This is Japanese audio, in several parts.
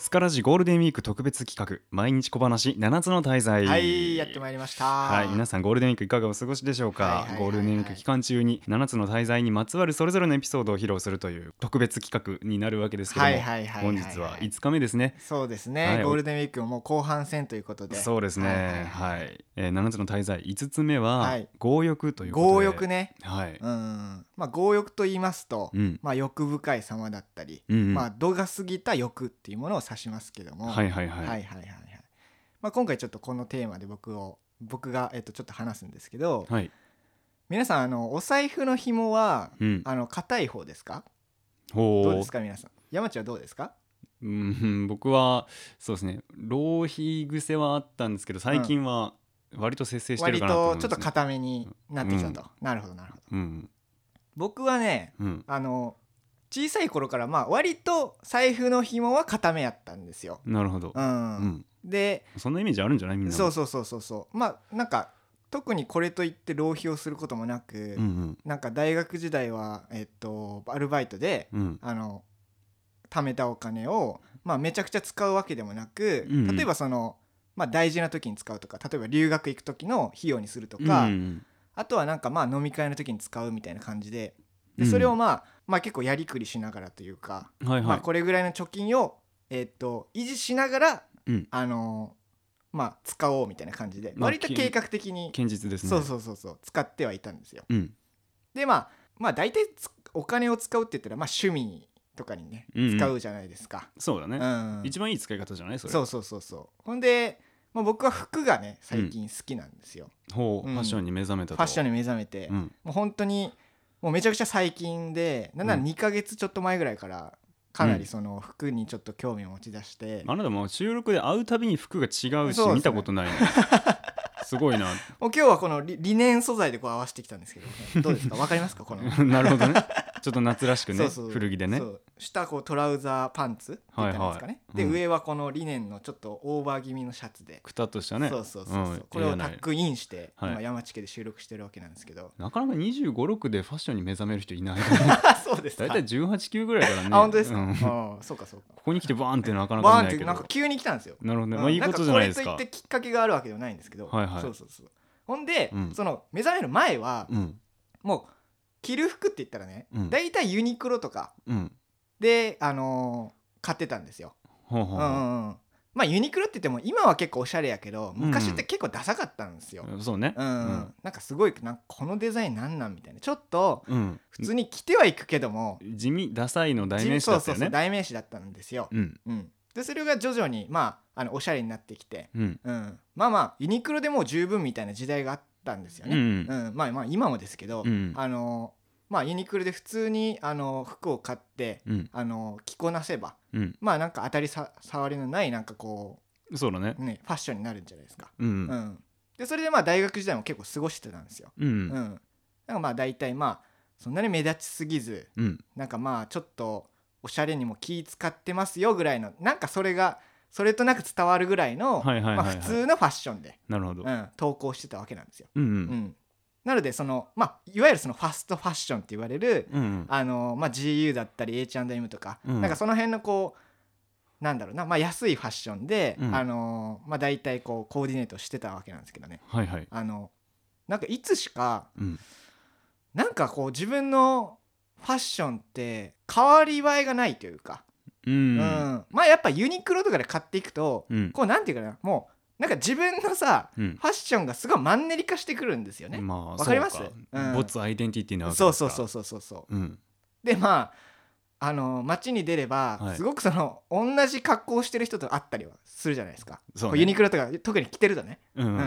スカラジゴールデンウィーク特別企画毎日小話7つの滞在。 はい、やってまいりました。 はい、皆さんゴールデンウィークいかがお過ごしでしょうか。ゴールデンウィーク期間中に7つの滞在にまつわるそれぞれのエピソードを披露するという特別企画になるわけですけども、本日は5日目ですね。 そうですね、はい、ゴールデンウィークももう後半戦ということで。 そうですね、はい、7つの滞在5つ目は、はい、強欲ということで。 強欲ね、 はい、 まあ強欲と言いますと、まあ欲深い様だったり、まあ度が過ぎた欲っていうものを指しますけども、まあ今回ちょっとこのテーマで僕がちょっと話すんですけど、はい、皆さんお財布の紐は硬い方ですか？どうですか皆さん。山地はどうですか？ 僕はそうですね、浪費癖はあったんですけど最近は割と節制してるかなと思います、ね、 割とちょっと硬めになってきたと、なるほど、僕はね、小さい頃からまあ割と財布の紐は固めやったんですよ。 なるほど、 でそんなイメージあるんじゃないみんな。 そうまあなんか特にこれといって浪費をすることもなく、なんか大学時代はアルバイトで、貯めたお金をまあめちゃくちゃ使うわけでもなく、例えばまあ大事な時に使うとか、例えば留学行く時の費用にするとか、あとはなんかまあ飲み会の時に使うみたいな感じで、それをまあ結構やりくりしながらというか、まあこれぐらいの貯金を維持しながらまあ使おうみたいな感じで、割と計画的に堅実ですね。 そう使ってはいたんですよ。でまあ大体お金を使うって言ったらまあ趣味とかにね使うじゃないですか。 そうだね、一番いい使い方じゃないそれ。 そうほんで、まあ、僕は服がね最近好きなんですよ。 ファッションに目覚めたと。 ファッションに目覚めて、もう本当にもうめちゃくちゃ最近で、なんなら2ヶ月ちょっと前ぐらいからかなりその服にちょっと興味を持ち出して、 あなたも収録で会うたびに服が違うし、見たことないのすごいな。 もう今日はこのリネン素材でこう合わせてきたんですけど、どうですか、わかりますかこのなるほどね、ちょっと夏らしくね、古着でね。 下こうトラウザーパンツって言ったんですかね、で上はこのリネンのちょっとオーバー気味のシャツでくたっとしたね。 これをタックインして今山地家で収録してるわけなんですけど、 なかなか25、6でファッションに目覚める人いないそうですか。 だいたい18、9ぐらいからね。 あ、本当ですか。そうかここに来てバーンってなかなか見ないけど、 なんか急に来たんですよ。 なるほどね、まあいいことじゃないですか。 これといってきっかけがあるわけではないんですけど、ほんで、その目覚める前は、もう着る服って言ったらね、だいたいユニクロとかで買ってたんですよ。まあユニクロって言っても今は結構おしゃれやけど、昔って結構ダサかったんですよ。 そうね。 なんかすごいこのデザインなんなんみたいな、ちょっと普通に着てはいくけども地味ダサいの代名詞だったよね。 代名詞だったんですよ。でそれが徐々にまあおしゃれになってきて、まあユニクロでもう十分みたいな時代があったんですよね。まあ今もですけど、まあユニクロで普通に服を買って着こなせば、まあなんか当たり障りのないなんかこうそうだね、 ファッションになるんじゃないですか。でそれでまあ大学時代も結構過ごしてたんですよ。なんかまあ大体まあそんなに目立ちすぎず、なんかまあちょっとおしゃれにも気使ってますよぐらいの、なんかそれとなく伝わるぐらいの普通のファッションで投稿してたわけなんですよ。なのでまあいわゆるそのファストファッションって言われる、まあ GU だったり H&M とか、なんかその辺のこうなんだろうな、まあ安いファッションで、まあ大体こうコーディネートしてたわけなんですけどね。なんかいつしか、なんかこう自分のファッションって変わり映えがないというか、まあやっぱユニクロとかで買っていくと、こうなんていうかな、もうなんか自分のさ、ファッションがすごいマンネリ化してくるんですよね。わかります？ 没アイデンティティなわけですか。 そう、でまあ街に出れば、すごく同じ格好をしてる人と会ったりはするじゃないですか。ユニクロとか特に着てるとね。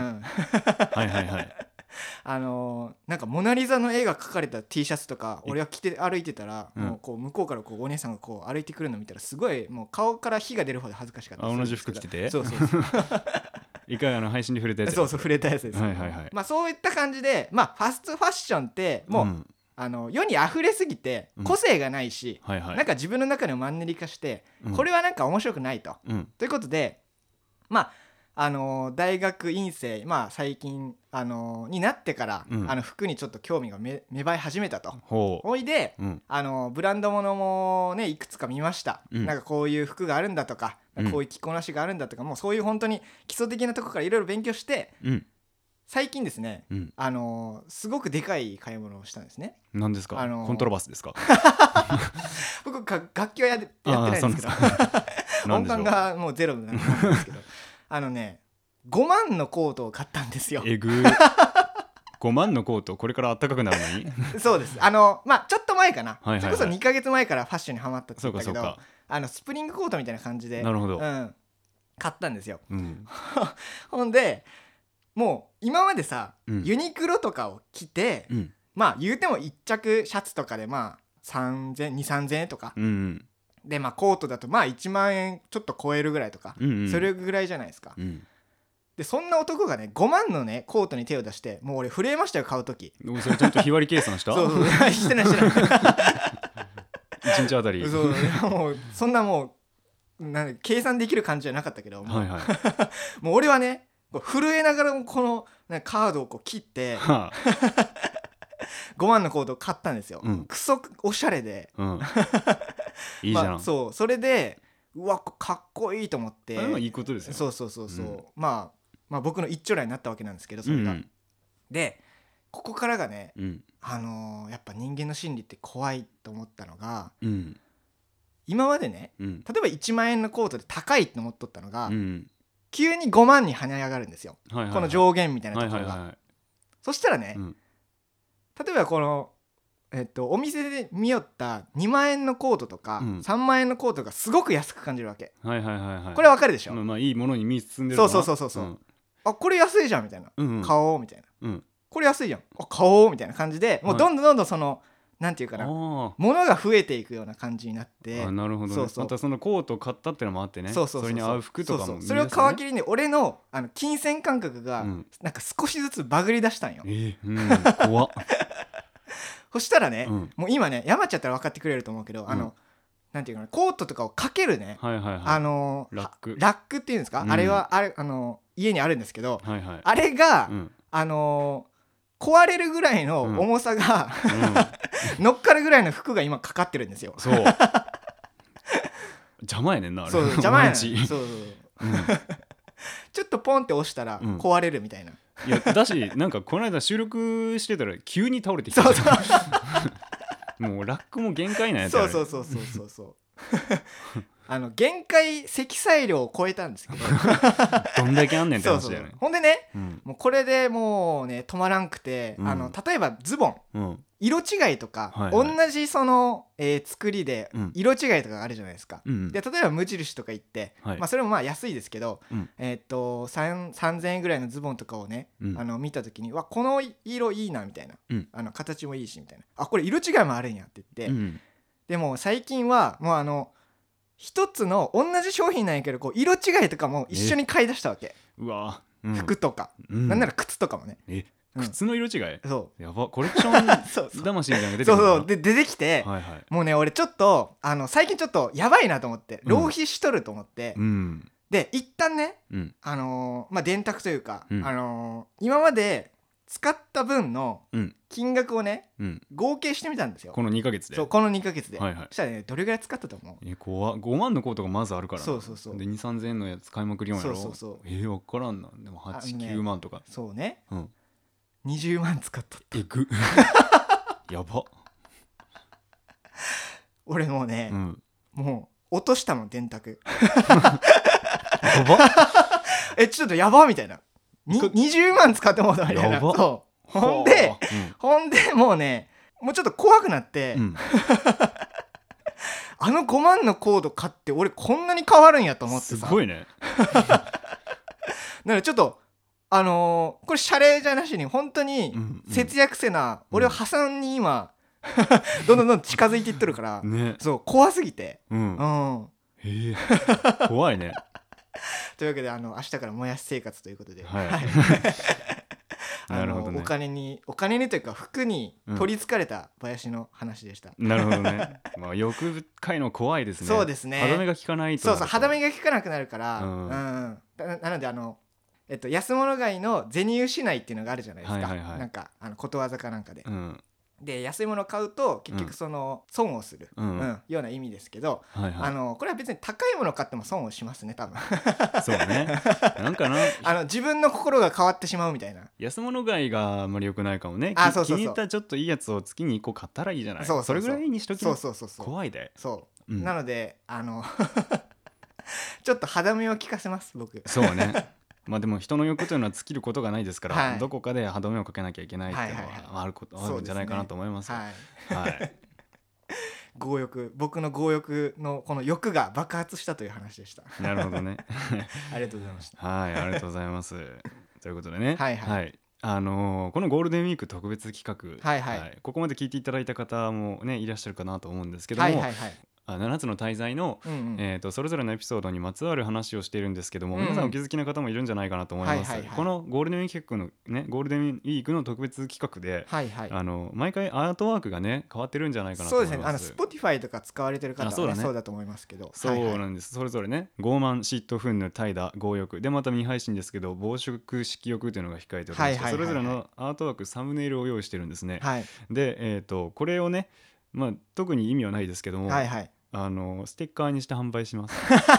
なんかモナリザの絵が描かれた T シャツとか俺は着て歩いてたら、もうこう向こうからこうお姉さんがこう歩いてくるのを見たらすごいもう顔から火が出るほど恥ずかしかったです。 同じ服着てて。 そう一回配信で触れたやつ。 触れたやつです。まあそういった感じで、まあファストファッションってもう、世に溢れすぎて個性がないし、なんか自分の中でもマンネリ化して、これはなんか面白くないと、ということでま大学院生、まあ、最近、になってから、服にちょっと興味が芽生え始めたと。おいで、ブランド物もねいくつか見ました、なんかこういう服があるんだとか、こういう着こなしがあるんだとか、もうそういう本当に基礎的なところからいろいろ勉強して、最近ですね、すごくでかい買い物をしたんですね。 何ですか？コントラバスですか？ 僕楽器はやってないんですけど音感がもうゼロになるんですけど5万のコートを買ったんですよ。 えぐ5万のコート、これから暖かくなるのにそうです。まあちょっと前かな、それこそ2ヶ月前からファッションにハマったって言ったけど、スプリングコートみたいな感じで、 なるほど、 買ったんですよ、ほんでもう今までさ、ユニクロとかを着て、まあ言うても1着シャツとかでまあ2,3000円とか、でまあコートだとまあ1万円ちょっと超えるぐらいとか、それぐらいじゃないですか、でそんな男がね5万のねコートに手を出して、もう俺震えましたよ、買う時。 それちゃんと日割り計算した？ そうしてない1 日あたり。 そうもうそんなもう計算できる感じじゃなかったけど、もう、もう俺はね震えながらこのカードをこう切って、5万のコードを買ったんですよ、クソおしゃれで、 いいじゃん、 そうそれでうわかっこいいと思って、 いいことですよ。 そう、まあ僕の一丁羅になったわけなんですけど、それが、でここからがね、やっぱ人間の心理って怖いと思ったのが、今までね、例えば1万円のコートで高いって思っとったのが、急に5万に跳ね上がるんですよ、この上限みたいなところが、そしたらね、例えばこの、お店で見よった2万円のコートとか、3万円のコートがすごく安く感じるわけ、これわかるでしょ、 まあいいものに身進んでるかな。 そう、あこれ安いじゃんみたいな、買おうみたいな、これ安いじゃん、あ買おうみたいな感じで、もうどんどんそのなんていうかな、物が増えていくような感じになって。 なるほどね。またそのコートを買ったってのもあってね、それに合う服とかも、 それを皮切りに俺の金銭感覚がなんか少しずつバグり出したんよ、 怖っそしたらね、もう今ね山ちゃったら分かってくれると思うけど、なんていうかな、コートとかをかけるね、ラックっていうんですか、あれは家にあるんですけど、あれが壊れるぐらいの重さが、乗っかるぐらいの服が今かかってるんですよ。 そう邪魔やねんな、あれ。 そう邪魔やねん。そう、ちょっとポンって押したら壊れるみたいな、 いやだし、なんかこの間収録してたら急に倒れてきた。もうラックも限界なんやつ。 そう限界積載量を超えたんですけどどんだけあんねんって話だよね。 ほんでね、もうこれでもうね止まらんくて、例えばズボン、色違いとか、同じその、作りで色違いとかあるじゃないですか、で例えば無印とか行って、それもまあ安いですけど、3000円ぐらいのズボンとかをね、見た時にわこの色いいなみたいな、形もいいしみたいな、あこれ色違いもあるんやって言って、でも最近はもう一つの同じ商品なんやけど、こう色違いとかも一緒に買い出したわけ。 うわ、 服とか、なんなら靴とかもね。 靴の色違い、 そうやば、コレクション魂みたいなのが出てくる。 そうで出てきて、もうね俺ちょっと最近ちょっとやばいなと思って、浪費しとると思って、で一旦ね、まあ電卓というか、今まで使った分の金額をね、合計してみたんですよ、 この2ヶ月で。 そうこの2ヶ月で、そしたらねどれぐらい使ったと思う？ 怖っ、5万のコートがまずあるからな。 そうで 2,3000 円のやつ買いまくりよんやろ。分からんな。でも8、9万とか。 そうね、20万使っとった。 えぐやば。 俺もうね、もう落としたもん電卓やばちょっとやばみたいな、20万使ってもうたみたいな。そうほんでもうね、もうちょっと怖くなって、5万のコード買って俺こんなに変わるんやと思ってさ。 すごいねだからちょっとこれ謝礼じゃなしに本当に節約せな、俺は破産に今どんどん近づいていっとるから、そう怖すぎて、 怖いねというわけで明日からもやし生活ということで、 なるほどね、 お金にというか服に取りつかれた林の話でした、 なるほどね。まあ欲深いの怖いですね。 そうですね、 歯止めが効かないと。 そう歯止めが効かなくなるから、なので安物買いの銭失いっていうのがあるじゃないですか、なんかことわざかなんかで、で安いものを買うと結局その損をする、ような意味ですけど、これは別に高いものを買っても損をしますね多分そうねなんかな自分の心が変わってしまうみたいな。 安物買いがあんまり良くないかもね。気に入ったちょっといいやつを月に1個買ったらいいじゃない。それぐらいにしときな。怖いで。 なのでちょっと歯止めを聞かせます僕。 そうねまあでも人の欲というのは尽きることがないですから、どこかで歯止めをかけなきゃいけないっていうのはあるんじゃないかなと思います。 強欲、僕の強欲のこの欲が爆発したという話でした。 なるほどねありがとうございました。 はい、ありがとうございますということでね、このゴールデンウィーク特別企画、ここまで聞いていただいた方もねいらっしゃるかなと思うんですけども、7つの滞在の、それぞれのエピソードにまつわる話をしているんですけども、皆さんお気づきの方もいるんじゃないかなと思います。このゴールデンウィークの特別企画で、毎回アートワークがね変わってるんじゃないかなと思います。 そうですね。Spotify とか使われてる方は、そうだと思いますけど、 そうなんです。それぞれね、傲慢、嫉妬、憤怒、怠惰、強欲でまた未配信ですけど暴食、色欲というのが控えておりまして、それぞれのアートワーク、サムネイルを用意してるんですね。で、これをね、特に意味はないですけども、ステッカーにして販売します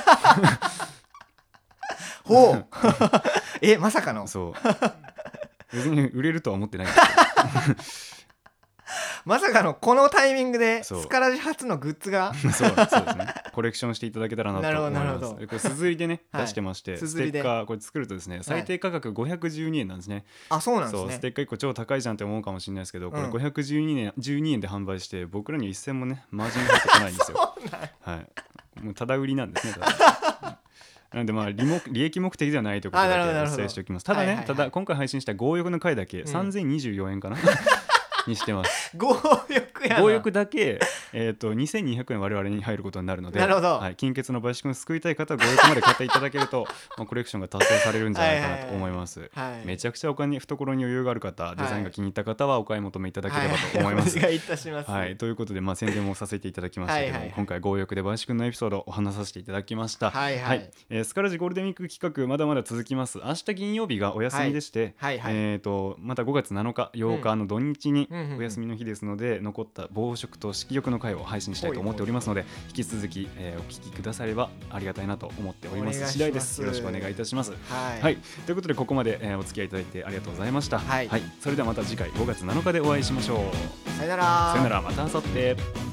ほうまさかの。 そう別に売れるとは思ってないんですけどまさかのこのタイミングでスカラジ初のグッズがそうですね、コレクションしていただけたらなと思います。これすずりでね出してまして、ステッカーこれ作るとですね最低価格512円なんですね。 そうなんですね。 ステッカー1個超高いじゃんって思うかもしれないですけど、これ512円で販売して僕らに一銭もねマージン入ってこないんですよもうただ売りなんですねなので利益目的ではないということだけお伝えしておきます。ただね、今回配信した強欲の回だけ3024円かなにしてます。 強欲やな。 強欲だけ、2200円我々に入ることになるので、金欠の林くんを救いたい方は強欲まで買っていただけるとコレクションが達成されるんじゃないかなと思います。めちゃくちゃ懐に余裕がある方、デザインが気に入った方はお買い求めいただければと思います。 お願いいたします。 ということで、宣伝もさせていただきましたけども、今回強欲で林くんのエピソードをお話させていただきました。スカラジゴールデンウィーク企画まだまだ続きます。明日金曜日がお休みでして、また5月7日8日の土日にお休みの日ですので、残った暴食と色欲の回を配信したいと思っておりますので、引き続き、お聞きくださればありがたいなと思っております次第です。よろしくお願いいたします。ということでここまで、お付き合いいただいてありがとうございました。それではまた次回5月7日でお会いしましょう。 さよなら。 また明後日。